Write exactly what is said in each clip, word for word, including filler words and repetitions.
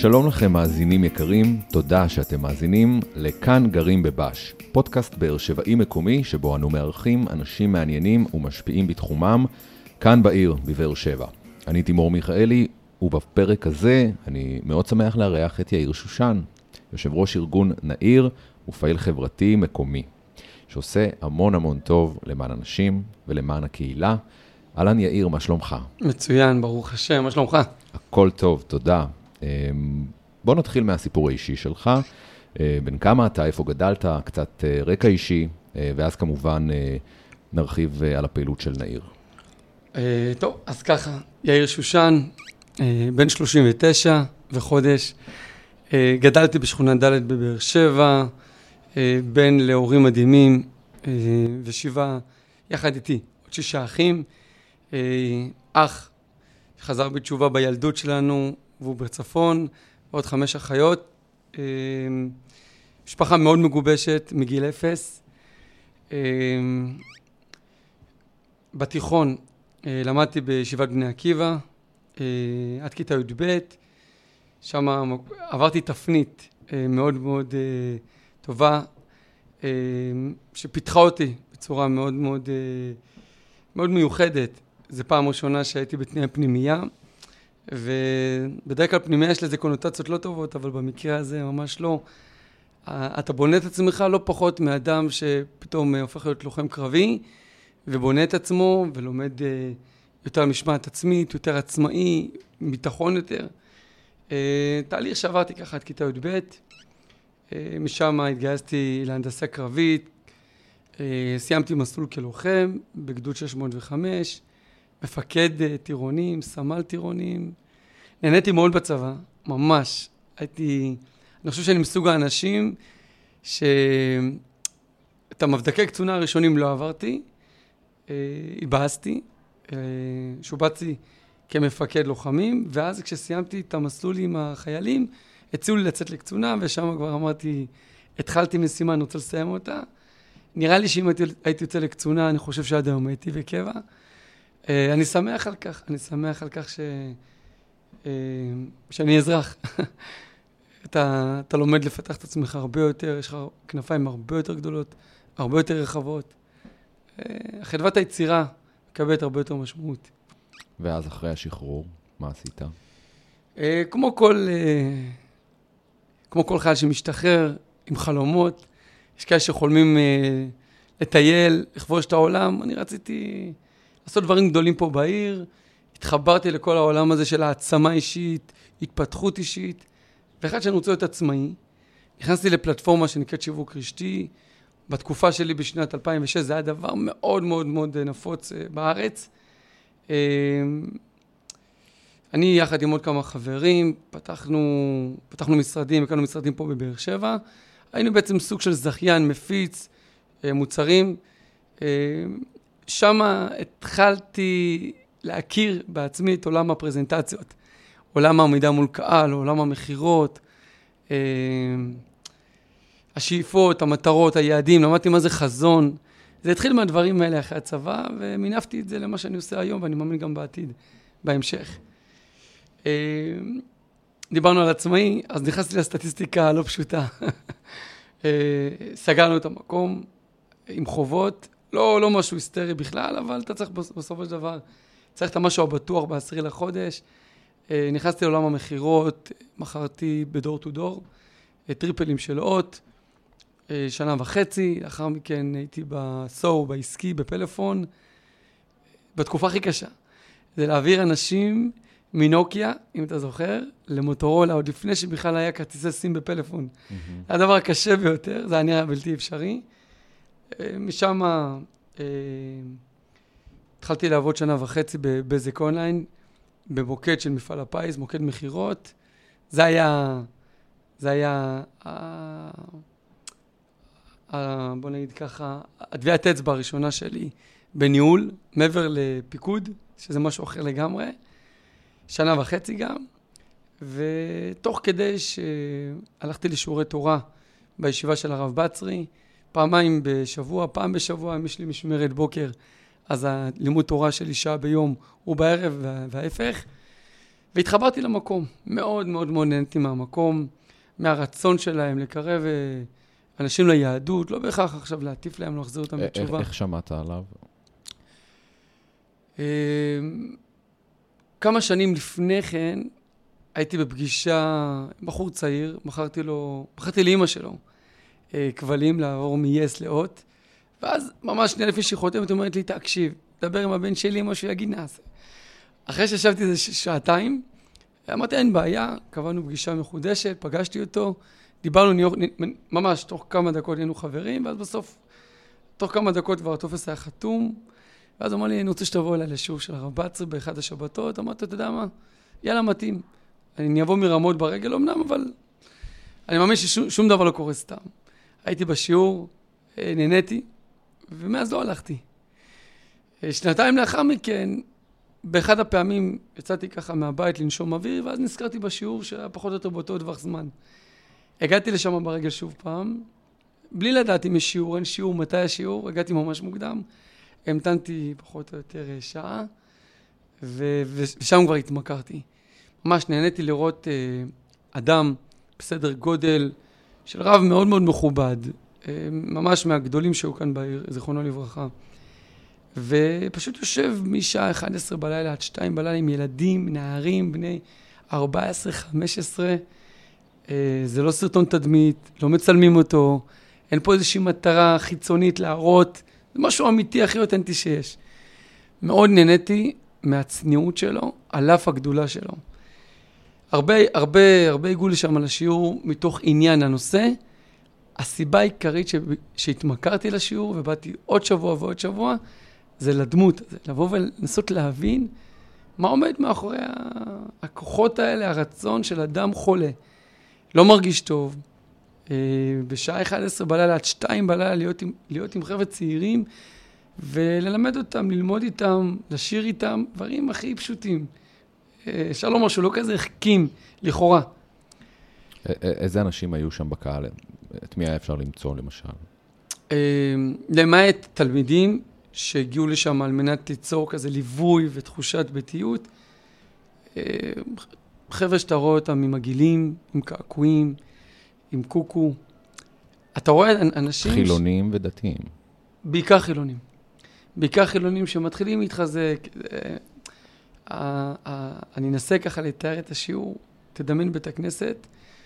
שלום לכם מאזינים יקרים, תודה שאתם מאזינים לכאן גרים בבש, פודקאסט באר שבעי מקומי שבו אנו מארחים אנשים מעניינים ומשפיעים בתחומם כאן בעיר בבאר שבע. אני תימור מיכאלי, ובפרק הזה אני מאוד שמח לארח את יאיר שושן, יושב ראש ארגון נעיר ופעיל חברתי מקומי, שעושה המון המון טוב למען אנשים ולמען הקהילה. אהלן יאיר, מה שלומך? מצוין, ברוך השם, מה שלומך? הכל טוב, תודה. בוא נתחיל מהסיפור האישי שלך, בין כמה אתה, איפה גדלת, קצת רקע אישי, ואז כמובן נרחיב על הפעילות של נעיר. טוב, אז ככה, יאיר שושן, בן שלושים ותשע וחודש, גדלתי בשכונה ד' בבאר שבע, בן להורים מדהימים, ושבעה יחד איתי, עוד שישה אחים, אח שחזר בתשובה בילדות שלנו, והוא בצפון, עוד חמש אחיות, משפחה מאוד מגובשת מגיל אפס. בתיכון למדתי בישיבת בני עקיבא, עד כיתה י' ב', שם עברתי תפנית מאוד מאוד טובה, שפיתחה אותי בצורה מאוד מאוד, מאוד מיוחדת. זו פעם ראשונה שהייתי בתנאי פנימייה, ובדרך כלל פנימיה יש לזה קונוטציות לא טובות, אבל במקרה הזה ממש לא. אתה בונה את עצמך לא פחות מאדם שפתאום הופך להיות לוחם קרבי, ובונה את עצמו ולומד יותר משמעת עצמית, יותר עצמאי, ביטחון יותר. תהליך שעברתי ככה עד כיתה י' ב', משם התגייסתי להנדסה קרבית, סיימתי מסלול כלוחם בגדוד שש מאות וחמש, מפקד טירונים, סמל טירונים. נהניתי מאוד בצבא, ממש. הייתי, אני חושב שאני מסוג האנשים שאת המבדקי קצונה הראשונים לא עברתי, התבאסתי, שובצתי כמפקד לוחמים, ואז כשסיימתי את המסלול עם החיילים, הציעו לי לצאת לקצונה, ושם כבר אמרתי, התחלתי משימה, אני רוצה לסיים אותה. נראה לי שאם הייתי, הייתי יוצא לקצונה, אני חושב שעד היום הייתי בקבע. אני שמח על כך, אני שמח על כך ש... שאני אזרח. אתה, אתה לומד לפתח את עצמך הרבה יותר, יש לך כנפיים הרבה יותר גדולות, הרבה יותר רחבות. חדוות היצירה מקבלת הרבה יותר משמעות. ואז אחרי השחרור, מה עשית? כמו כל, כמו כל חייל שמשתחרר עם חלומות, יש כאלה שחולמים לטייל, לכבוש את העולם. אני רציתי לעשות דברים גדולים פה בעיר, התחברתי לכל העולם הזה של העצמה אישית, התפתחות אישית, ואחד שאני רוצה להיות עצמאי, נכנסתי לפלטפורמה שנקראת שיווק רשתי, בתקופה שלי בשנת אלפיים ושש, זה היה דבר מאוד מאוד מאוד נפוץ בארץ. אני יחד עם עוד כמה חברים, פתחנו, פתחנו משרדים, הקמנו משרדים פה בבאר שבע, היינו בעצם סוג של זכיין, מפיץ, מוצרים. שם התחלתי להכיר בעצמי את עולם הפרזנטציות, עולם העמידה מול קהל, עולם המחירות, השאיפות, המטרות, היעדים, למדתי מה זה חזון. זה התחיל מהדברים האלה אחרי הצבא, ומינפתי את זה למה שאני עושה היום, ואני מאמין גם בעתיד, בהמשך. דיברנו על עצמאי, אז נכנסתי לסטטיסטיקה לא פשוטה. סגרנו את המקום עם חובות, לא, לא משהו היסטרי בכלל, אבל אתה צריך בסופו של דבר, צריך את המשהו הבטוח בעשירי לחודש. נכנסתי לעולם המחירות, מכרתי בדור טו דור, טריפלים של אות, שנה וחצי, לאחר מכן הייתי בסור, בעסקי, בפלאפון, בתקופה הכי קשה. זה להעביר אנשים מנוקיה, אם אתה זוכר, למוטורולה, עוד לפני שבכלל היה כרטיסי סים בפלאפון. Mm-hmm. זה הדבר הקשה ביותר, זה היה נראה בלתי אפשרי. משם אה, התחלתי לעבוד שנה וחצי בבזק אונליין, במוקד של מפעל הפיס, מוקד מחירות. זה היה, זה היה, אה, אה, בוא נגיד ככה, הדביעת אצבע הראשונה שלי בניהול, מעבר לפיקוד, שזה משהו אחר לגמרי. שנה וחצי גם, ותוך כדי שהלכתי לשיעורי תורה בישיבה של הרב בצרי, פעמיים בשבוע, פעם בשבוע, אם יש לי משמרת בוקר, אז הלימוד תורה שלי שעה ביום הוא בערב וההפך, והתחברתי למקום. מאוד מאוד מאוד נהניתי מהמקום, מהרצון שלהם לקרב אנשים ליהדות, לא בהכרח עכשיו להטיף להם, לא לחזיר אותם בתשובה. איך שמעת עליו? כמה שנים לפני כן, הייתי בפגישה עם בחור צעיר, מכרתי לו, מכרתי לאמא שלו, כבלים לעבור מ-yes לאות, ואז ממש שנייה לפי שהיא חותמת, אומרת לי, תקשיב, דבר עם הבן שלי, משהו יגיד נעשה. אחרי שישבתי איזה שעתיים, אמרתי, אין בעיה, קבענו פגישה מחודשת, פגשתי אותו, דיברנו ממש, תוך כמה דקות היינו חברים, ואז בסוף, תוך כמה דקות כבר הטופס היה חתום, ואז אמר לי, אני רוצה שתבוא אליי לשיעור של הרב בצרי באחד השבתות, אמרתי, אתה יודע מה? יאללה, מתאים. אני אבוא מרמות ברגל אמנם, אבל אני מאמין ששום דבר לא קורה סתם. הייתי בשיעור, נהניתי, ומאז לא הלכתי. שנתיים לאחר מכן, באחד הפעמים יצאתי ככה מהבית לנשום אוויר, ואז נזכרתי בשיעור שהיה פחות או יותר באותו טווח זמן. הגעתי לשם ברגל שוב פעם, בלי לדעת אם יש שיעור, אין שיעור, מתי השיעור, הגעתי ממש מוקדם, המתנתי פחות או יותר שעה, ו- ושם כבר התמכרתי. ממש נהניתי לראות אה, אדם בסדר גודל של רב מאוד מאוד מכובד, אה, ממש מהגדולים שהיו כאן בעיר, זיכרונו לברכה. ופשוט יושב משעה אחת עשרה בלילה עד שתיים בלילה עם ילדים, נערים, בני ארבע עשרה חמש עשרה. אה, זה לא סרטון תדמית, לא מצלמים אותו, אין פה איזושהי מטרה חיצונית להראות, זה משהו אמיתי הכי אותנטי שיש. מאוד נהניתי מהצניעות שלו, על אף הגדולה שלו. הרבה, הרבה, הרבה הגעו לי שם על השיעור מתוך עניין הנושא. הסיבה העיקרית ש... שהתמכרתי לשיעור ובאתי עוד שבוע ועוד שבוע, זה לדמות, זה לבוא ולנסות להבין מה עומד מאחורי הכוחות האלה, הרצון של אדם חולה. לא מרגיש טוב. בשעה אחת עשרה בלילה עד שתיים בלילה להיות עם, להיות עם חבר'ה צעירים וללמד אותם, ללמוד איתם, לשיר איתם, דברים הכי פשוטים. אפשר לומר שהוא לא כזה החכים, לכאורה. איזה אנשים היו שם בקהל? את מי היה אפשר למצוא, למשל? למעט תלמידים שהגיעו לשם על מנת ליצור כזה ליווי ותחושת ביתיות. חבר'ה שאתה רואה אותם עם עגילים, עם קעקועים, עם קוקו. אתה רואה אנשים... חילונים ש... ודתיים. בעיקר חילונים. בעיקר חילונים שמתחילים להתחזק. אני אנסה ככה לתאר את השיעור, תדמיין בית הכנסת,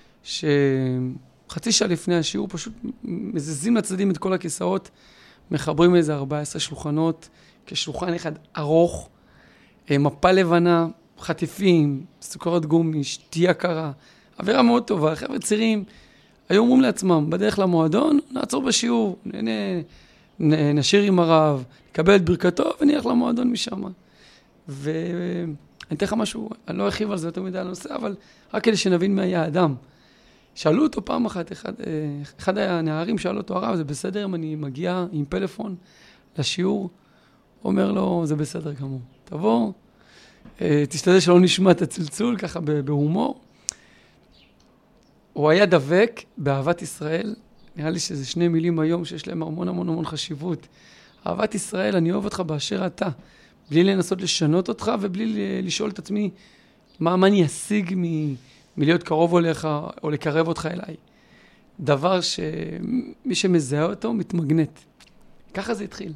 שחצי שעה לפני השיעור פשוט מזיזים לצדדים את כל הכיסאות, מחברים איזה ארבע עשרה שולחנות, כשולחן אחד ארוך, מפה לבנה, חטיפים, סוכרות גומי, שתייה קרה, אווירה מאוד טובה. חבר'ה צעירים היו אומרים לעצמם, בדרך למועדון, נעצור בשיעור, נשיר עם הרב, נקבל את ברכתו ונלך למועדון משם. ואני אתן לך משהו, אני לא ארחיב על זה יותר מדי על הנושא, אבל רק כדי שנבין מי היה האדם. שאלו אותו פעם אחת, אחד, אחד הנערים שאלו אותו, הרב, זה בסדר אם אני מגיע עם פלאפון לשיעור? אומר לו, זה בסדר גמור. תבוא, תשתדל שלא נשמע את הצלצול, ככה בהומור. הוא היה דבק באהבת ישראל, נראה לי שזה שני מילים היום שיש להם המון המון המון חשיבות. אהבת ישראל, אני אוהב אותך באשר אתה, בלי לנסות לשנות אותך ובלי לשאול את עצמי מה, מה אני אשיג מ, מלהיות קרוב אליך או לקרב אותך אליי. דבר שמי שמזהה אותו מתמגנט. ככה זה התחיל.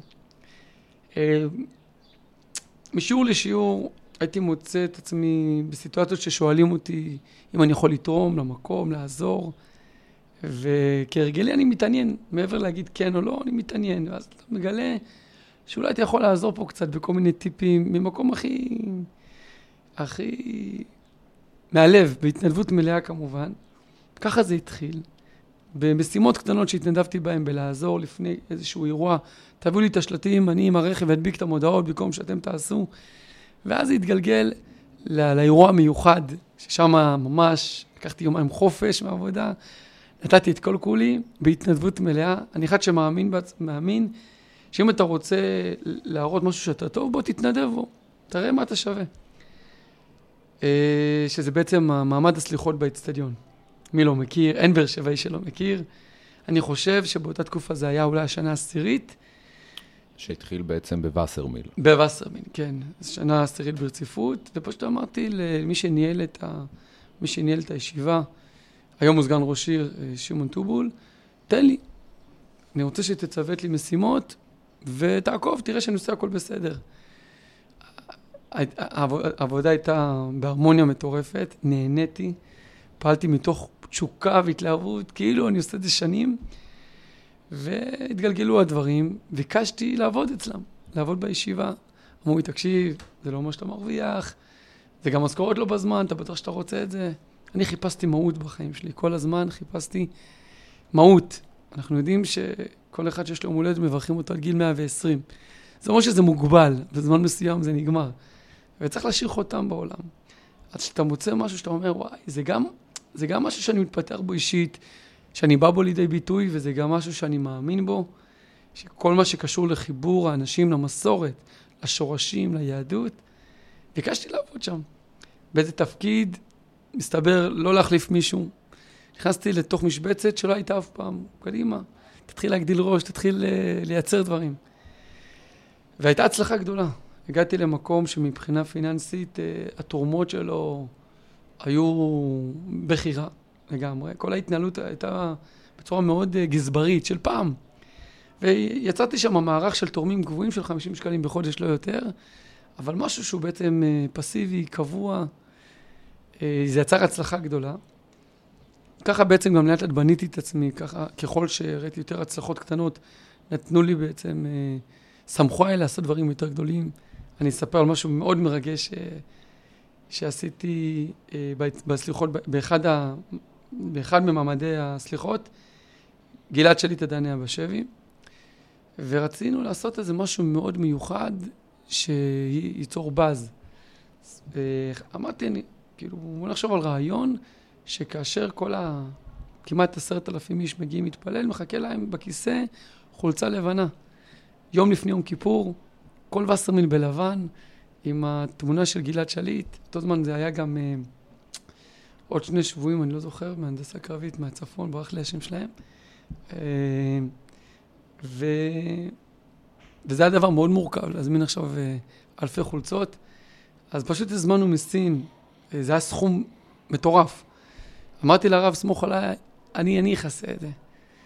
משיעור לשיעור הייתי מוצא את עצמי בסיטואציות ששואלים אותי אם אני יכול לתרום למקום, לעזור, וכהרגלי אני מתעניין, מעבר להגיד כן או לא, אני מתעניין, ואז אתה מגלה שאולי אתה יכול לעזור פה קצת בכל מיני טיפים, ממקום הכי, הכי מהלב, בהתנדבות מלאה כמובן. ככה זה התחיל. במשימות קטנות שהתנדבתי בהן בלעזור לפני איזשהו אירוע, תביאו לי את השלטים, אני עם הרכב ואדביק את המודעות במקום שאתם תעשו, ואז זה התגלגל לא, לאירוע המיוחד, ששם ממש לקחתי יומיים חופש מהעבודה, נתתי את כל כולי בהתנדבות מלאה. אני אחד שמאמין, מאמין שאם אתה רוצה להראות משהו שאתה טוב, בוא תתנדב בו, תראה מה אתה שווה. שזה בעצם המעמד הסליחות באצטדיון. מי לא מכיר, אין באר שבעי שלא מכיר. אני חושב שבאותה תקופה זה היה אולי השנה העשירית. שהתחיל בעצם בווסרמיל. בווסרמיל, כן. זו שנה עשירית ברציפות, ופשוט אמרתי למי שניהל את, ה... מי שניהל את הישיבה, היום הוא סגן ראש עיר, שמעון טובול, תן לי. אני רוצה שתצוות לי משימות, ותעקוב, תראה שאני עושה הכל בסדר. העבודה הייתה בהרמוניה מטורפת, נהניתי, פעלתי מתוך תשוקה והתלהבות, כאילו אני עושה את זה שנים, והתגלגלו הדברים, ביקשתי לעבוד אצלם, לעבוד בישיבה. אמרו לי, תקשיב, זה לא אומר שאתה מרוויח, זה גם משכורת לא בזמן, אתה בטח שאתה רוצה את זה. אני חיפשתי מהות בחיים שלי, כל הזמן חיפשתי מהות. אנחנו יודעים שכל אחד שיש לו יום הולדת מברכים אותו על גיל מאה ועשרים. זה אומר שזה מוגבל, בזמן מסוים זה נגמר. וצריך להשאיר חותם בעולם. עד שאתה מוצא משהו שאתה אומר, וואי, זה גם, זה גם משהו שאני מתפתח בו אישית, שאני בא בו לידי ביטוי, וזה גם משהו שאני מאמין בו, שכל מה שקשור לחיבור האנשים, למסורת, לשורשים, ליהדות, ביקשתי לעבוד שם. באיזה תפקיד, מסתבר לא להחליף מישהו. נכנסתי לתוך משבצת שלא הייתה אף פעם. קדימה, תתחיל להגדיל ראש, תתחיל לייצר דברים. והייתה הצלחה גדולה. הגעתי למקום שמבחינה פיננסית, התורמות שלו היו בחירה לגמרי. כל ההתנהלות הייתה בצורה מאוד גזברית של פעם. ויצאתי שם מערך של תורמים גבוהים של חמישים שקלים בחודש, לא יותר, אבל משהו שהוא בעצם פסיבי, קבוע, זה יצר הצלחה גדולה. ככה בעצם גם לאט לאט בניתי את עצמי, ככה ככל שהראיתי יותר הצלחות קטנות, נתנו לי בעצם, סמכו עליי לעשות דברים יותר גדולים. אני אספר על משהו מאוד מרגש שעשיתי בסליחות, באחד, ה, באחד ממעמדי הסליחות, גלעד שליט עדיין היה בשבי, ורצינו לעשות איזה משהו מאוד מיוחד שייצור בז. אמרתי, אני, כאילו, בוא נחשוב על רעיון שכאשר כל ה... כמעט עשרת אלפים איש מגיעים להתפלל, מחכה להם בכיסא חולצה לבנה. יום לפני יום כיפור, כל וסרמיל בלבן, עם התמונה של גלעד שליט. אותו זמן זה היה גם אה, עוד שני שבועים, אני לא זוכר, מהנדסה קרבית מהצפון, ברח לי השם שלהם. אה, ו... וזה היה דבר מאוד מורכב, להזמין עכשיו אה, אלפי חולצות. אז פשוט הזמנו מסין, אה, זה היה סכום מטורף. אמרתי לרב, סמוך עליי, אני, אני אכסה את זה.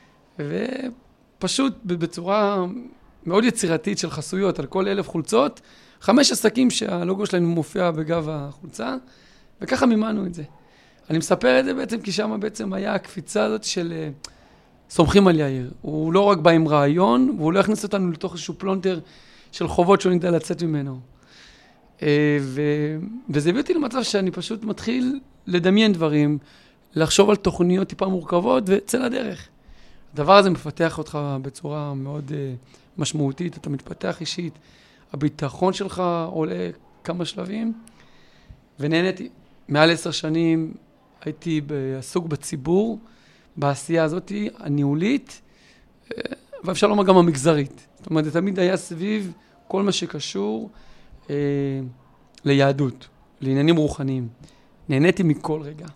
ופשוט בצורה מאוד יצירתית של חסויות על כל אלף חולצות, חמש עסקים שהלוגו שלהם מופיע בגב החולצה, וככה מימנו את זה. אני מספר את זה בעצם, כי שם בעצם היה הקפיצה הזאת של uh, סומכים על יאיר. הוא לא רק בא עם רעיון, והוא לא הכניס אותנו לתוך איזשהו פלונטר של חובות שהוא נדע לצאת ממנו. Uh, ו... וזה הביא אותי למצב שאני פשוט מתחיל לדמיין דברים, לחשוב על תוכניות טיפה מורכבות, וצא לדרך. הדבר הזה מפתח אותך בצורה מאוד uh, משמעותית, אתה מתפתח אישית, הביטחון שלך עולה כמה שלבים, ונהניתי. מעל עשר שנים הייתי עסוק בציבור, בעשייה הזאת הניהולית, ואפשר לומר גם המגזרית. זאת אומרת, זה תמיד היה סביב כל מה שקשור אה, ליהדות, לעניינים רוחניים. נהניתי מכל רגע.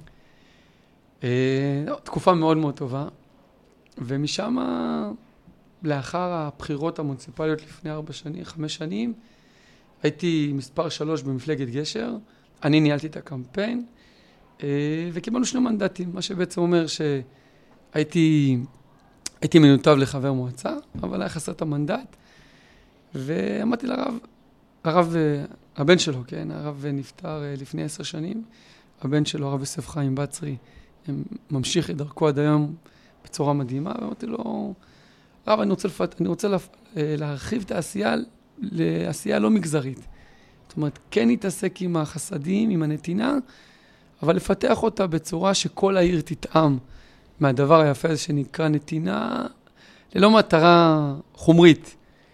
אה, לא, תקופה מאוד מאוד טובה, ומשם, לאחר הבחירות המוניציפליות לפני ארבע שנים, חמש שנים, הייתי מספר שלוש במפלגת גשר, אני ניהלתי את הקמפיין, וקיבלנו שני מנדטים, מה שבעצם אומר שהייתי הייתי מנותב לחבר מועצה, אבל היה חסר את המנדט, ואמרתי לרב, הרב, הבן שלו, כן, הרב נפטר לפני עשר שנים, הבן שלו, הרב יוסף חיים בצרי, ממשיך את דרכו עד היום בצורה מדהימה, ואמרתי לו, רב, אני רוצה, לפת... אני רוצה לפ... להרחיב את העשייה לעשייה לא מגזרית. זאת אומרת, כן להתעסק עם החסדים, עם הנתינה, אבל לפתח אותה בצורה שכל העיר תטעם מהדבר היפה הזה שנקרא נתינה, ללא מטרה חומרית.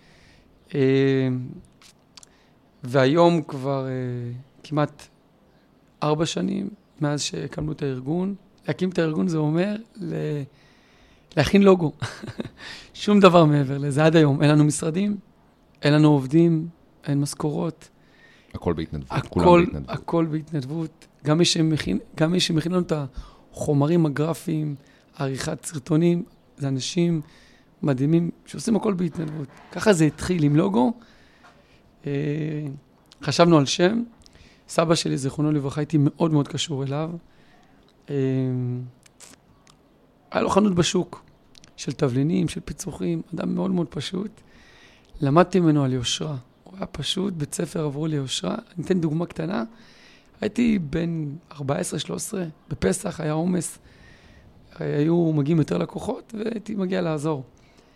והיום כבר כמעט ארבע שנים מאז שהקמנו את הארגון. להקים את הארגון זה אומר ל... להכין לוגו. שום דבר מעבר לזה עד היום. אין לנו משרדים, אין לנו עובדים, אין משכורות. הכל בהתנדבות, הכל, כולם בהתנדבות. הכל בהתנדבות. גם מי שמכין, גם מי שמכין לנו את החומרים הגרפיים, עריכת סרטונים, זה אנשים מדהימים, שעושים הכל בהתנדבות. ככה זה התחיל עם לוגו. חשבנו על שם. סבא שלי, זיכרונו לברכה, הייתי מאוד מאוד קשור אליו. היה לו חנות בשוק של תבלינים, של פיצוחים, אדם מאוד מאוד פשוט. למדתי ממנו על יושרה. הוא היה פשוט, בית ספר עברו לי יושרה. אני אתן דוגמה קטנה. הייתי בן ארבע עשרה שלוש עשרה, בפסח היה עומס. היו מגיעים יותר לקוחות, והייתי מגיע לעזור.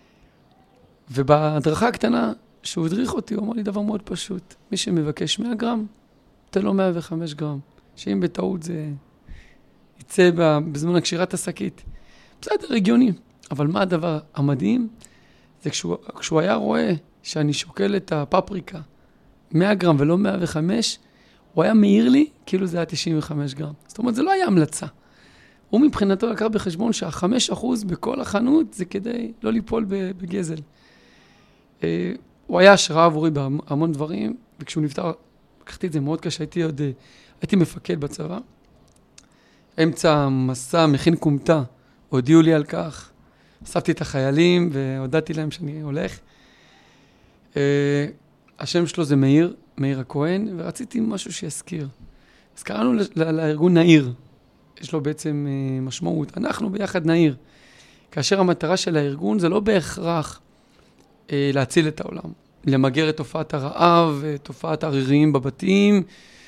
ובהדרכה הקטנה, שהוא הדריך אותי, הוא אמר לי דבר מאוד פשוט. מי שמבקש מאה גרם, תן לו מאה וחמש גרם. שאם בטעות זה יצא בזמן הקשירת השקית. בסדר, הגיוני. אבל מה הדבר המדהים? זה כשהוא, כשהוא היה רואה שאני שוקל את הפפריקה מאה גרם ולא מאה וחמש, הוא היה מעיר לי כאילו זה היה תשעים וחמש גרם. זאת אומרת, זה לא היה המלצה. הוא מבחינתו לקח בחשבון שהחמש אחוז בכל החנות זה כדי לא ליפול בגזל. הוא היה השראה עבורי בהמון דברים, וכשהוא נפטר, לקחתי את זה מאוד קשה, הייתי עוד, הייתי מפקד בצבא. אמצע המסע, מכין קומטה, הודיעו לי על כך, אספתי את החיילים והודעתי להם שאני הולך. השם שלו זה מאיר, מאיר הכהן, ורציתי משהו שיזכיר. אז קראנו לארגון נעיר, יש לו בעצם משמעות. אנחנו ביחד נעיר. כאשר המטרה של הארגון זה לא בהכרח להציל את העולם, למגר את תופעת הרעב, תופעת העריריים בבתים,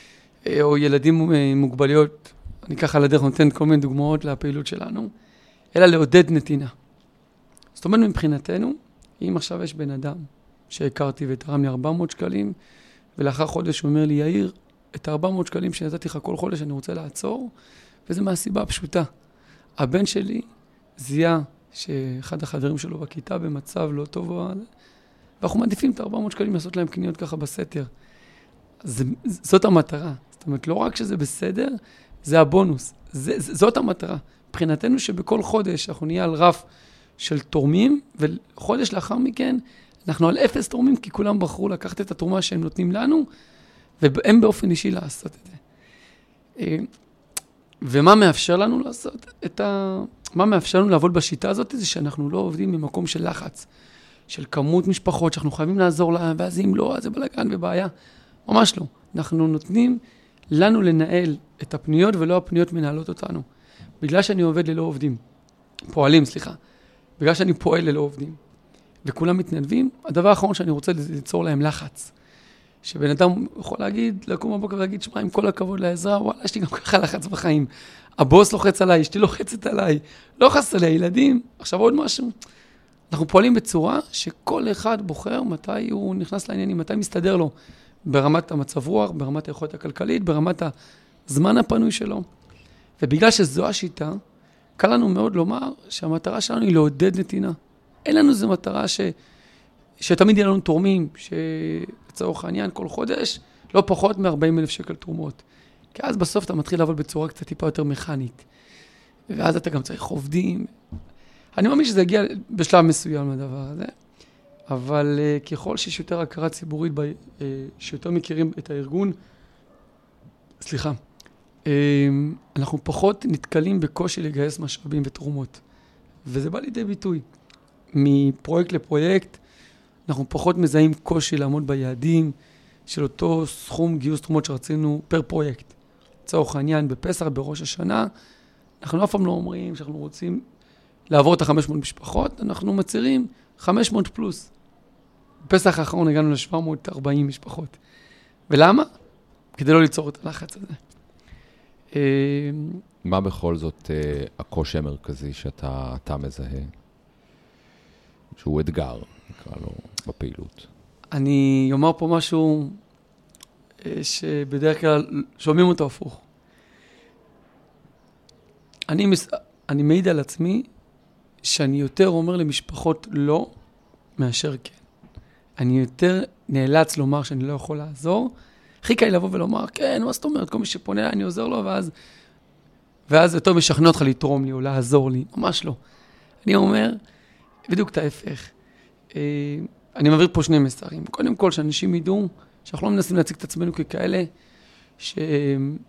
או ילדים עם מוגבליות, אני ככה על הדרך נותן כל מיני דוגמאות לפעילות שלנו, אלא לעודד נתינה. זאת אומרת, מבחינתנו, אם עכשיו יש בן אדם שהכרתי ותרם לי ארבע מאות שקלים, ולאחר חודש הוא אומר לי, יאיר, את ארבע מאות שקלים שנתתי לך כל חודש אני רוצה לעצור, וזה מהסיבה הפשוטה. הבן שלי זיהה שאחד החברים שלו בכיתה במצב לא טוב, ואנחנו מעדיפים את ארבע מאות שקלים לעשות להם קניות ככה בסתר. זה, זאת המטרה. זאת אומרת, לא רק שזה בסדר, זה הבונוס. זה, זאת המטרה. מבחינתנו שבכל חודש אנחנו נהיה על רף של תורמים, וחודש לאחר מכן אנחנו על אפס תורמים, כי כולם בחרו לקחת את התרומה שהם נותנים לנו, והם באופן אישי לעשות את זה. ומה מאפשר לנו לעשות את ה... מה מאפשר לנו לעבוד בשיטה הזאת? זה שאנחנו לא עובדים ממקום של לחץ, של כמות משפחות שאנחנו חייבים לעזור להם, ואז אם לא, אז זה בלגן ובעיה. ממש לא. אנחנו נותנים לנו לנהל את הפניות, ולא הפניות מנהלות אותנו. בגלל שאני עובד ללא עובדים, פועלים, סליחה, בגלל שאני פועל ללא עובדים, וכולם מתנדבים, הדבר האחרון שאני רוצה ליצור להם לחץ. שבן אדם יכול להגיד, לקום בבוקר ולהגיד, שמע, עם כל הכבוד לעזרה, וואלה, יש לי גם ככה לחץ בחיים. הבוס לוחץ עליי, אשתי לוחצת עליי, לא חס עליי, ילדים. עכשיו עוד משהו. אנחנו פועלים בצורה שכל אחד בוחר מתי הוא נכנס לעניינים, מתי מסתדר לו, ברמת המצב רוח, ברמת היכולת הכלכלית, ברמת הזמן הפנוי שלו. ובגלל שזו השיטה, קל לנו מאוד לומר שהמטרה שלנו היא לעודד נתינה. אין לנו זו מטרה ש... שתמיד יהיה לנו תורמים, שלצורך העניין כל חודש, לא פחות מ-ארבעים אלף שקל תרומות. כי אז בסוף אתה מתחיל לעבוד בצורה קצת טיפה יותר מכנית. ואז אתה גם צריך עובדים. אני מאמין שזה יגיע בשלב מסוים לדבר הזה, אבל uh, ככל שיש יותר הכרה ציבורית, ב, uh, שיותר מכירים את הארגון, סליחה, uh, אנחנו פחות נתקלים בקושי לגייס משאבים ותרומות. וזה בא לידי ביטוי. מפרויקט לפרויקט, אנחנו פחות מזהים קושי לעמוד ביעדים של אותו סכום גיוס תרומות שרצינו פר פרויקט. לצורך העניין, בפסח, בראש השנה, אנחנו אף פעם לא אומרים שאנחנו רוצים לעבור את ה-חמש מאות משפחות, אנחנו מצירים חמש מאות פלוס. בפסח האחרון הגענו ל-שבע מאות וארבעים משפחות. ולמה? כדי לא ליצור את הלחץ הזה. מה בכל זאת הקושי המרכזי שאתה אתה מזהה? שהוא אתגר, נקרא לו, בפעילות. אני אומר פה משהו שבדרך כלל שומעים אותו הפוך. אני, אני מעיד על עצמי שאני יותר אומר למשפחות לא מאשר כן. אני יותר נאלץ לומר שאני לא יכול לעזור. הכי קל לבוא ולומר, כן, מה זאת אומרת? כל מי שפונה אליי אני עוזר לו, ואז, ואז יותר משכנע אותך לתרום לי או לעזור לי. ממש לא. אני אומר, בדיוק את ההפך. אני מעביר פה שני מסרים. קודם כל, שאנשים ידעו שאנחנו לא מנסים להציג את עצמנו ככאלה שעוזרים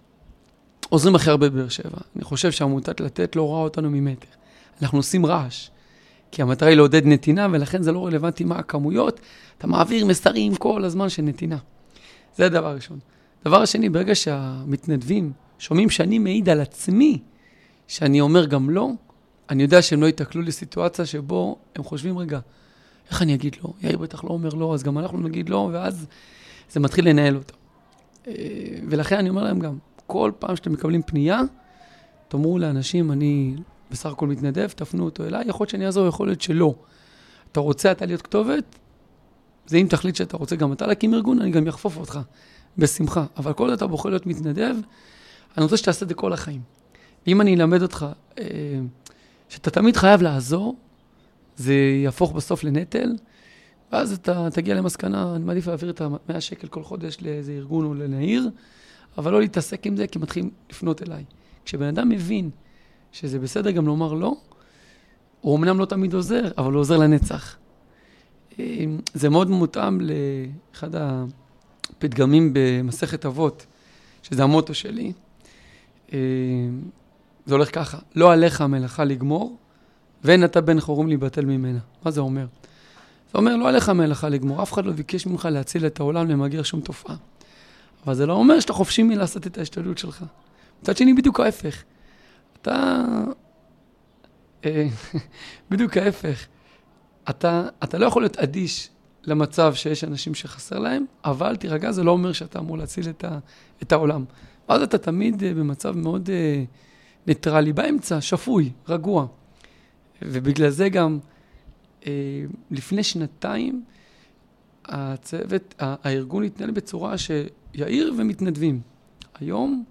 הכי הרבה בבאר שבע. אני חושב שהעמותת לתת לא רואה אותנו ממטר. אנחנו עושים רעש. כי המטרה היא לעודד נתינה, ולכן זה לא רלוונטי מה הכמויות, אתה מעביר מסרים כל הזמן של נתינה. זה הדבר הראשון. דבר השני, ברגע שהמתנדבים שומעים שאני מעיד על עצמי, שאני אומר גם לא, אני יודע שהם לא יתקלו לסיטואציה שבו הם חושבים, רגע, איך אני אגיד לא? יאיר בטח לא אומר לא, אז גם אנחנו נגיד לא, ואז זה מתחיל לנהל אותו. ולכן אני אומר להם גם, כל פעם שאתם מקבלים פנייה, תאמרו לאנשים, אני בסך הכל מתנדב, תפנו אותו אליי, יכול להיות שאני אעזור, יכול להיות שלא. אתה רוצה אתה להיות כתובת? זה אם תחליט שאתה רוצה גם אתה להקים ארגון, אני גם יחפוף אותך, בשמחה. אבל כל עוד אתה בוחר להיות מתנדב, אני רוצה שתעשה את זה כל החיים. ואם אני אלמד אותך, שאתה תמיד חייב לעזור, זה יהפוך בסוף לנטל, ואז אתה תגיע למסקנה, אני מעדיף להעביר את ה-מאה שקל כל חודש לאיזה ארגון או לנעיר, אבל לא להתעסק עם זה, כי מתחילים לפנות אליי. כשבן אדם מבין שזה בסדר גם לומר לא, הוא אמנם לא תמיד עוזר, אבל הוא עוזר לנצח. זה מאוד מותאם לאחד הפתגמים במסכת אבות, שזה המוטו שלי. זה הולך ככה, לא עליך המלאכה לגמור, ואין אתה בן חורם להיבטל ממנה. מה זה אומר? זה אומר, לא עליך המלאכה לגמור, אף אחד לא ביקש ממך להציל את העולם, למגר שום תופעה. אבל זה לא אומר שאתה חופשי מלעשות את ההשתדלות שלך. מצד שני, בדיוק ההפך. אתה... בדיוק ההפך. אתה, אתה לא יכול להיות אדיש למצב שיש אנשים שחסר להם, אבל תירגע, זה לא אומר שאתה אמור להציל את, ה, את העולם. אז אתה תמיד במצב מאוד ניטרלי, באמצע, שפוי, רגוע. ובגלל זה גם לפני שנתיים, הצוות, הארגון התנהל בצורה שיעיר ומתנדבים. היום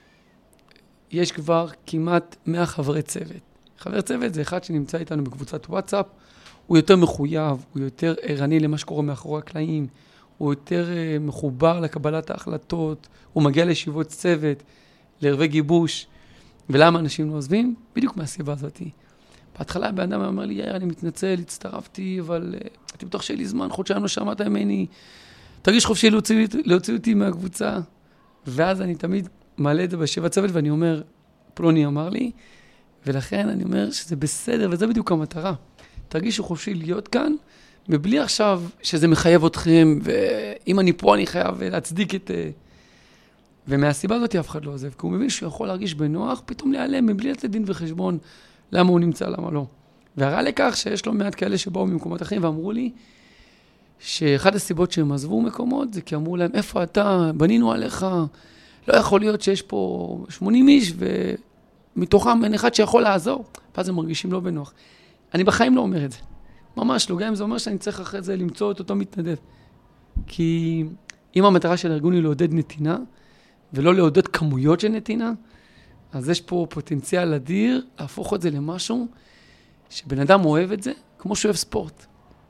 יש כבר כמעט מאה חברי צוות. חבר צוות זה אחד שנמצא איתנו בקבוצת וואטסאפ, הוא יותר מחויב, הוא יותר ערני למה שקורה מאחורי הקלעים, הוא יותר מחובר לקבלת ההחלטות, הוא מגיע לישיבות צוות, לערבי גיבוש. ולמה אנשים לא עוזבים? בדיוק מהסיבה הזאת. בהתחלה בן אדם אומר לי, יאיר, אני מתנצל, הצטרפתי, אבל uh, אתה בטוח שיהיה לי זמן, חודשיים לא שמעת ממני, תרגיש חופשי להוציא, להוציא אותי מהקבוצה. ואז אני תמיד מעלה את זה בישיבת צוות, ואני אומר, פלוני אמר לי, ולכן אני אומר שזה בסדר, וזה בדיוק המטרה. תרגישו חופשי להיות כאן, מבלי עכשיו שזה מחייב אתכם, ואם אני פה אני חייב להצדיק את... ומהסיבה הזאת אף אחד לא עוזב, כי הוא מבין שהוא יכול להרגיש בנוח, פתאום להיעלם, מבלי לתת דין וחשבון, למה הוא נמצא, למה לא. והראה לכך שיש לו מעט כאלה שבאו ממקומות אחרים, ואמרו לי שאחד הסיבות שהם עזבו מקומות, זה כי אמרו להם, איפה אתה, בנינו עליך, לא יכול להיות שיש פה שמונים איש, ומתוכם אין אחד שיכול לעזור. ואז הם מרגישים לא בנוח. אני בחיים לא אומר את זה. ממש לא, גם אם זה אומר שאני צריך אחרי זה למצוא את אותו מתנדב. כי אם המטרה של הארגון היא לעודד נתינה, ולא לעודד כמויות של נתינה, אז יש פה פוטנציאל אדיר להפוך את זה למשהו שבן אדם אוהב את זה, כמו שהוא אוהב ספורט.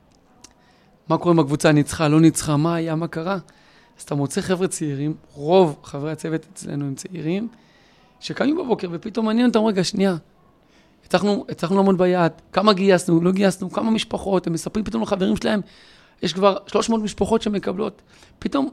מה קורה עם הקבוצה? ניצחה, לא ניצחה, מה היה, מה קרה? אז אתה מוצא חבר'ה צעירים, רוב חברי הצוות אצלנו הם צעירים, שקמים בבוקר ופתאום מעניין אותם, רגע, שנייה, הצלחנו, הצלחנו לעמוד ביד, כמה גייסנו, לא גייסנו, כמה משפחות, הם מספרים פתאום לחברים שלהם, יש כבר שלוש מאות משפחות שמקבלות, פתאום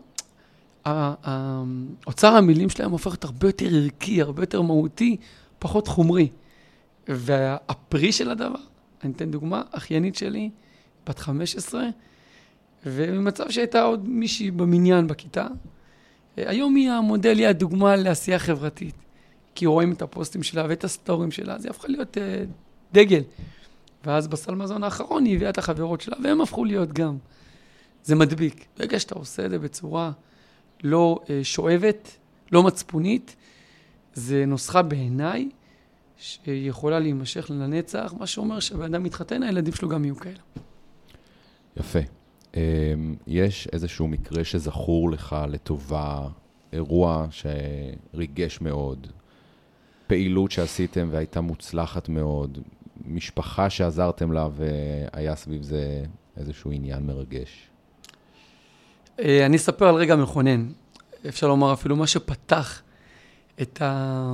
האוצר המילים שלהם הופכת הרבה יותר ערכי, הרבה יותר מהותי, פחות חומרי. והפרי של הדבר, אני אתן דוגמה, אחיינית שלי, בת חמש עשרה, וממצב שהייתה עוד מישהי במניין בכיתה, היום היא המודל, היא הדוגמה לעשייה חברתית, כי רואים את הפוסטים שלה ואת הסטורים שלה, אז היא הפכה להיות uh, דגל. ואז בסל מזון האחרון היא הביאה את החברות שלה, והם הפכו להיות גם. זה מדביק. ברגע שאתה עושה את זה בצורה לא uh, שואבת, לא מצפונית, זה נוסחה בעיניי, שיכולה להימשך לנצח, מה שאומר שהבן אדם מתחתן, הילדים שלו גם יהיו כאלה. יפה. יש איזשהו מקרה שזכור לך לטובה, אירוע שריגש מאוד, פעילות שעשיתם והייתה מוצלחת מאוד, משפחה שעזרתם לה והיה סביב זה איזשהו עניין מרגש? אני אספר על רגע מכונן. אפשר לומר אפילו מה שפתח את ה...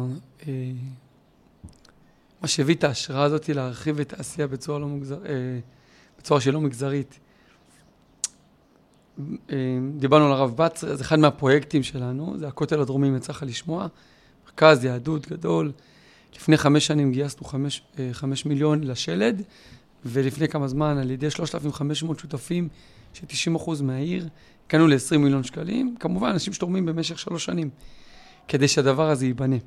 מה שהביא את ההשראה הזאת להרחיב את העשייה בצורה, לא מגזר... בצורה שלא מגזרית. דיברנו על הרב בצרי, זה אחד מהפרויקטים שלנו, זה הכותל הדרומי, אם יצא לך לשמוע, מרכז יהדות גדול. לפני חמש שנים גייסנו חמש, חמש מיליון לשלד, ולפני כמה זמן, על ידי שלושת אלפים וחמש מאות שותפים, ש-תשעים אחוז מהעיר, קנו ל-עשרים מיליון שקלים. כמובן, אנשים שתורמים במשך שלוש שנים, כדי שהדבר הזה ייבנה.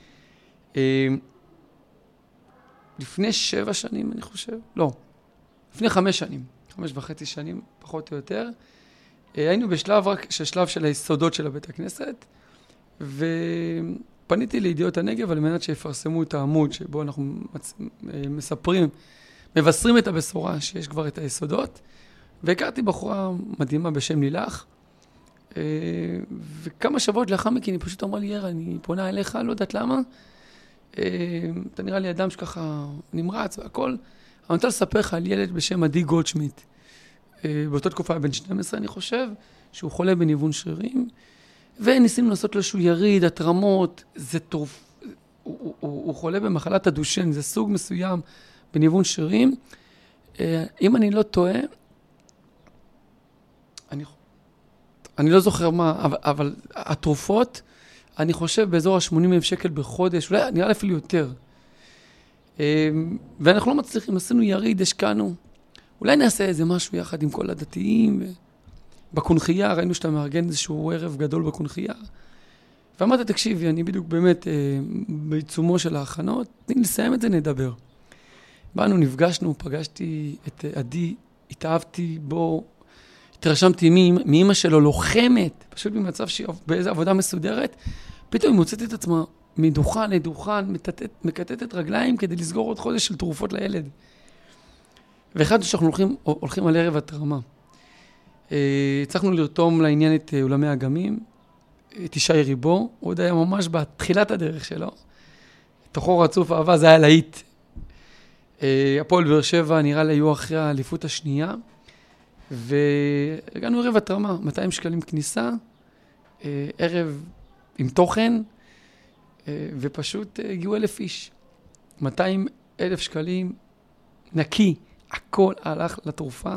לפני שבע שנים, אני חושב, לא, לפני חמש שנים, חמש וחצי שנים, פחות או יותר, היינו בשלב רק, שלב של היסודות של הבית הכנסת, ופניתי לידיעות הנגב על מנת שיפרסמו את העמוד שבו אנחנו מספרים, מבשרים את הבשורה שיש כבר את היסודות, והכרתי בחורה מדהימה בשם לילך, וכמה שבועות לאחר מכן היא פשוט אמרה לי, ירה, אני פונה אליך, לא יודעת למה, אתה נראה לי אדם שככה נמרץ והכל, אבל אני רוצה לספר לך על ילד בשם עדי גולדשמיט, באותה תקופה בן שתים עשרה אני חושב, שהוא חולה בניוון שרירים, וניסינו לעשות לו איזשהו יריד, התרמות, זה טוב, הוא, הוא, הוא, הוא חולה במחלת הדושן, זה סוג מסוים בניוון שרירים. אם אני לא טועה, אני, אני לא זוכר מה, אבל, אבל התרופות, אני חושב באזור ה-שמונים אלף שקל בחודש, אולי נראה אפילו יותר. ואנחנו לא מצליחים, עשינו יריד, השקענו. אולי נעשה איזה משהו יחד עם כל הדתיים. בקונחייה, ראינו שאתה מארגן איזשהו ערב גדול בקונחייה. ואמרת, תקשיבי, אני בדיוק באמת בעיצומו של ההכנות, תני לסיים את זה, נדבר. באנו, נפגשנו, פגשתי את עדי, התאהבתי בו, התרשמתי מאמא שלו, לוחמת, פשוט במצב שהיא באיזו עבודה מסודרת, פתאום היא מוצאת את עצמה מדוכן לדוכן, מקטטת רגליים כדי לסגור עוד חודש של תרופות לילד. ואחד שאנחנו הולכים, הולכים על ערב התרמה. הצלחנו לרתום לעניין את אולמי אגמים, את ישי ריבו, הוא עוד היה ממש בתחילת הדרך שלו. תוכו רצוף אהבה, זה היה להיט. הפועל באר שבע נראה לי היו אחרי האליפות השנייה, והגענו ערב התרמה, מאתיים שקלים כניסה, ערב עם תוכן, ופשוט הגיעו אלף איש. מאתיים אלף שקלים, נקי, הכל הלך לתרופה.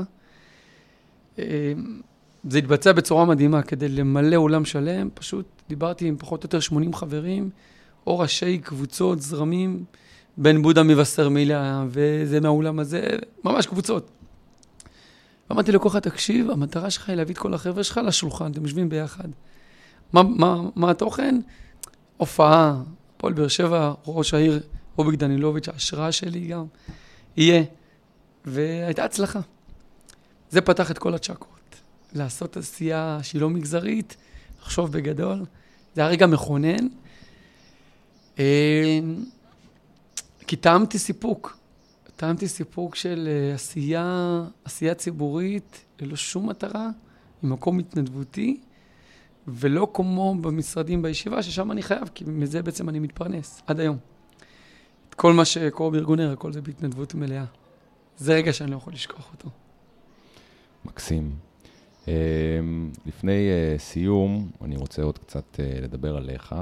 זה התבצע בצורה מדהימה, כדי למלא עולם שלם, פשוט דיברתי עם פחות או יותר שמונים חברים, או ראשי קבוצות, זרמים, בין בודה מבשר מילה, וזה מהעולם הזה, ממש קבוצות. ואמרתי לכוחה, תקשיב, המטרה שלך היא להביא את כל החבר'ה שלך לשולחן, אתם יושבים ביחד. מה, מה, מה התוכן? הופעה, פועל באר שבע, ראש העיר, רוביק דנילוביץ', ההשראה שלי גם, יהיה. והייתה הצלחה. זה פתח את כל הצ'קרות. לעשות עשייה שהיא לא מגזרית, לחשוב בגדול. זה היה רגע מכונן. כי טעמתי סיפוק. טעמתי סיפוק של עשייה, עשייה ציבורית, ללא שום מטרה, עם מקום התנדבותי, ולא כמו במשרדים בישיבה, ששם אני חייב, כי מזה בעצם אני מתפרנס, עד היום. את כל מה שקורה בארגון ער, הכל זה בהתנדבות מלאה. זה רגע שאני לא יכול לשכוח אותו. מקסים. לפני סיום, אני רוצה עוד קצת לדבר עליך.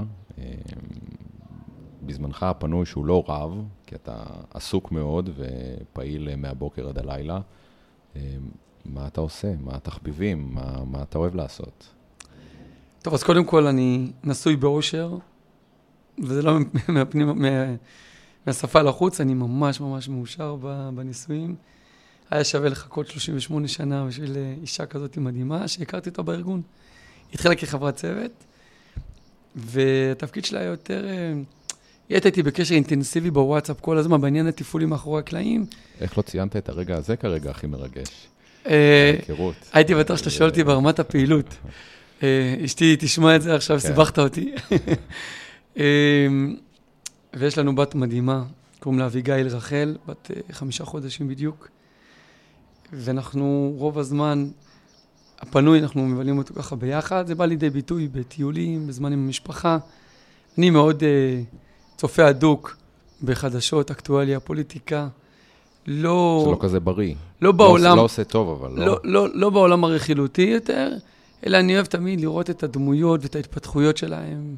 בזמנך הפנוי שהוא לא רב, כי אתה עסוק מאוד ופעיל מהבוקר עד הלילה. מה אתה עושה? מה התחביבים? מה, מה אתה אוהב לעשות? טוב, אז קודם כל אני נשוי באושר, וזה לא מהפנים, מה, מהשפה לחוץ, אני ממש ממש מאושר בנישואים. היה שווה לחכות שלושים ושמונה שנה בשביל אישה כזאת מדהימה, שהכרתי אותה בארגון. התחילה כחברת צוות, והתפקיד שלה היה יותר... היא הייתה איתי בקשר אינטנסיבי בוואטסאפ כל הזמן, בעניין התפעולים מאחורי הקלעים. איך לא ציינת את הרגע הזה כרגע הכי מרגש? הייתי בטוח שאתה שואל אותי ברמת הפעילות. אשתי, תשמע את זה עכשיו, סיבכת אותי. ויש לנו בת מדהימה, קוראים לה אביגיל רחל, בת חמישה חודשים בדיוק. ואנחנו רוב הזמן, הפנוי, אנחנו מבלים אותו ככה ביחד. זה בא לידי ביטוי בטיולים, בזמן עם המשפחה. אני מאוד צופה הדוק בחדשות, אקטואליה, פוליטיקה. לא... זה לא כזה בריא. לא בעולם... לא עושה טוב, אבל לא... לא, לא, לא בעולם הרכילותי יותר, אלא אני אוהב תמיד לראות את הדמויות ואת ההתפתחויות שלהם.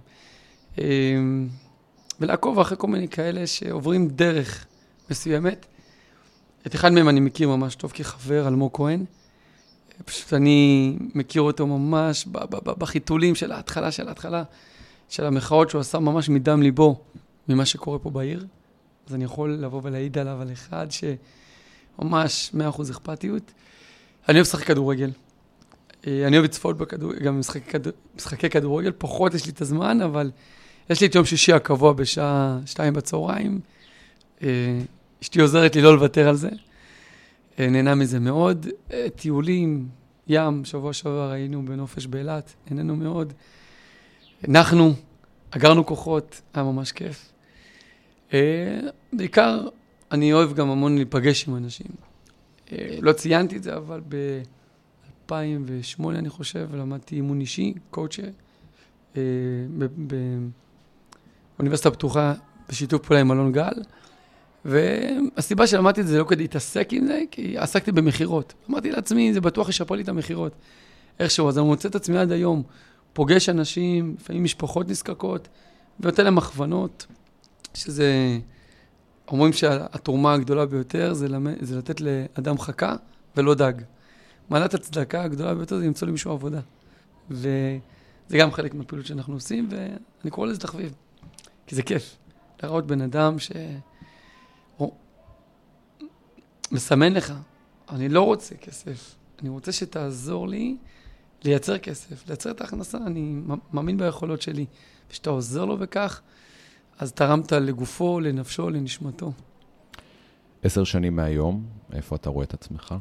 ולעקוב אחרי כל מיני כאלה שעוברים דרך מסוימת. את אחד מהם אני מכיר ממש טוב כחבר, אלמוג כהן. פשוט אני מכיר אותו ממש בחיתולים של ההתחלה, של ההתחלה, של המחאות שהוא עשה ממש מדם ליבו ממה שקורה פה בעיר. אז אני יכול לבוא ולהעיד עליו על אחד ממש מאה אחוז אכפתיות. אני אוהב לשחק כדורגל. אני אוהב לצפות בכדורגל, גם משחקי, כדור, משחקי כדורגל, פחות יש לי את הזמן, אבל יש לי את יום שישי הקבוע בשעה שתיים בצהריים. אשתי עוזרת לי לא לוותר על זה. נהנה מזה מאוד. טיולים, ים, שבוע שבוע היינו בנופש באילת, נהנינו מאוד. אנחנו, אגרנו כוחות, היה ממש כיף. בעיקר, אני אוהב גם המון להיפגש עם אנשים. לא ציינתי את זה, אבל ב-אלפיים ושמונה, אני חושב, למדתי אימון אישי, קואוצ'ר, באוניברסיטה הפתוחה, בשיתוף פעולה עם אלון גל, והסיבה שלמדתי את זה לא כדי להתעסק עם זה, כי עסקתי במחירות. אמרתי לעצמי, זה בטוח ישפר לי את המחירות. איכשהו, אז אני מוצא את עצמי עד היום, פוגש אנשים, לפעמים משפחות נזקקות, ונותן להם הכוונות, שזה, אומרים שהתרומה הגדולה ביותר זה, זה לתת לאדם חכה ולא דג. מעלת הצדקה הגדולה ביותר זה למצוא למישהו עבודה. וזה גם חלק מהפעילות שאנחנו עושים, ואני קורא לזה תחביב. כי זה כיף. לראות בן אדם ש... מסמן לך, אני לא רוצה כסף, אני רוצה שתעזור לי לייצר כסף, לייצר את ההכנסה, אני מאמין ביכולות שלי, ושאתה עוזר לו בכך, אז תרמת לגופו, לנפשו, לנשמתו. עשר שנים מהיום, איפה אתה רואה את עצמך?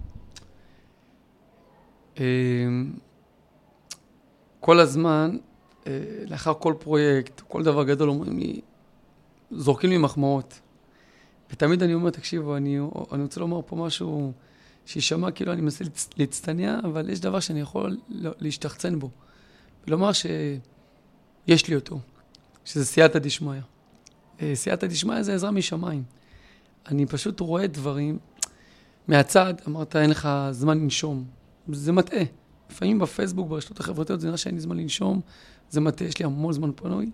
כל הזמן, לאחר כל פרויקט, כל דבר גדול, אומרים לי, זורקים לי מחמאות. ותמיד אני אומר, תקשיבו, אני, אני רוצה לומר פה משהו שישמע, כאילו אני מנסה להצטנע, אבל יש דבר שאני יכול להשתחצן בו. ולומר שיש לי אותו, שזה סייעתא דשמיא. סייעתא דשמיא זה עזרה משמיים. אני פשוט רואה דברים מהצד, אמרת, אין לך זמן לנשום. זה מטעה. לפעמים בפייסבוק, ברשתות החברתיות, זה נראה שאין לי זמן לנשום, זה מטעה, יש לי המון זמן פנוי.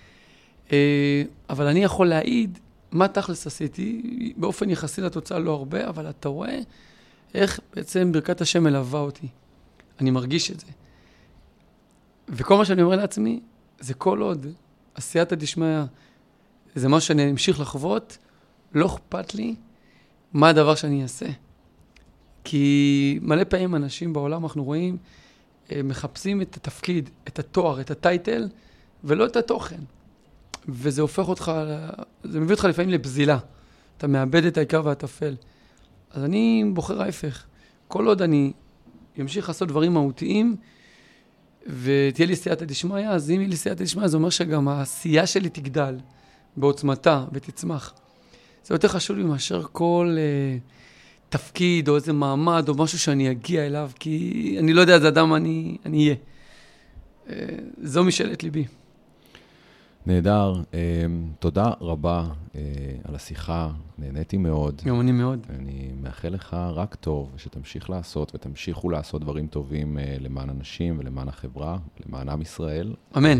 אבל אני יכול להעיד מה תכלס עשיתי, באופן יחסי לתוצאה לא הרבה, אבל אתה רואה איך בעצם ברכת השם מלווה אותי. אני מרגיש את זה. וכל מה שאני אומר לעצמי, זה כל עוד עשייתא דשמיא, זה מה שאני אמשיך לחוות, לא אכפת לי מה הדבר שאני אעשה. כי מלא פעמים אנשים בעולם אנחנו רואים, מחפשים את התפקיד, את התואר, את הטייטל, ולא את התוכן. וזה הופך אותך, זה מביא אותך לפעמים לבזילה. אתה מאבד את העיקר והטפל. אז אני בוחר ההפך. כל עוד אני אמשיך לעשות דברים מהותיים, ותהיה לי סייעתא דשמיא, אז אם יהיה לי סייעתא דשמיא, זה אומר שגם העשייה שלי תגדל בעוצמתה ותצמח. זה יותר חשוב לי מאשר כל uh, תפקיד או איזה מעמד או משהו שאני אגיע אליו, כי אני לא יודע איזה אדם אני, אני אהיה. Uh, זו משאלת ליבי. נהדר, תודה רבה על השיחה, נהניתי מאוד. גם אני מאוד. אני מאחל לך רק טוב, שתמשיך לעשות ותמשיכו לעשות דברים טובים למען אנשים ולמען החברה, למען עם ישראל. אמן.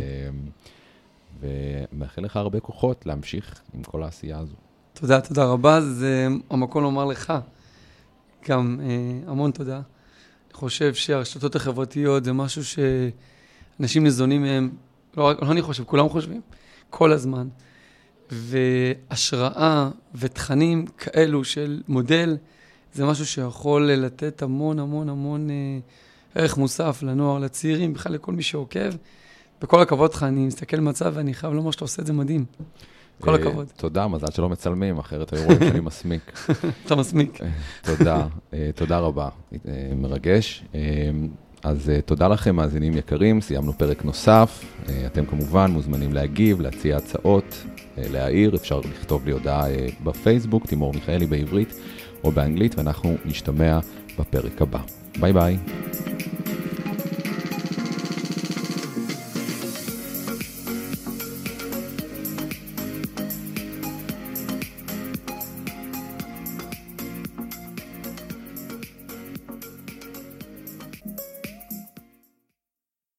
ומאחל לך הרבה כוחות להמשיך עם כל העשייה הזו. תודה, תודה רבה. זה המקום לומר לך גם המון תודה. אני חושב שהרשתות החברתיות זה משהו שאנשים ניזונים מהם, לא, רק, לא אני חושב, כולם חושבים, כל הזמן. והשראה ותכנים כאלו של מודל, זה משהו שיכול לתת המון המון המון אה, ערך מוסף לנוער, לצעירים, בכלל לכל מי שעוקב. בכל הכבוד לך, אני מסתכל מצב ואני חייב לומר שאתה עושה את זה מדהים. כל הכבוד. תודה, מזל שלא מצלמים, אחרת היו רואים שאני מסמיק. אתה מסמיק. תודה, תודה רבה, מרגש. אז תודה לכם, מאזינים יקרים, סיימנו פרק נוסף. אתם כמובן מוזמנים להגיב, להציע הצעות, להעיר, אפשר לכתוב לי הודעה בפייסבוק, תימור מיכאלי בעברית או באנגלית, ואנחנו נשתמע בפרק הבא. ביי ביי.